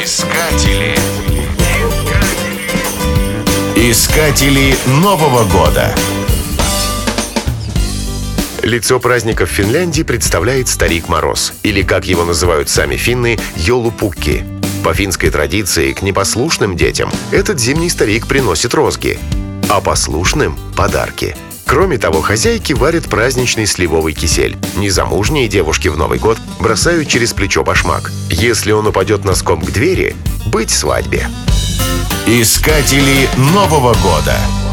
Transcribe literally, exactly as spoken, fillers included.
Искатели. Искатели Нового года. Лицо праздника в Финляндии представляет Старик Мороз, или, как его называют сами финны, Йолупукки. По финской традиции к непослушным детям этот зимний старик приносит розги, а послушным – подарки. Кроме того, хозяйки варят праздничный сливовый кисель. Незамужние девушки в Новый год бросают через плечо башмак. Если он упадет носком к двери, быть свадьбе. Искатели Нового года.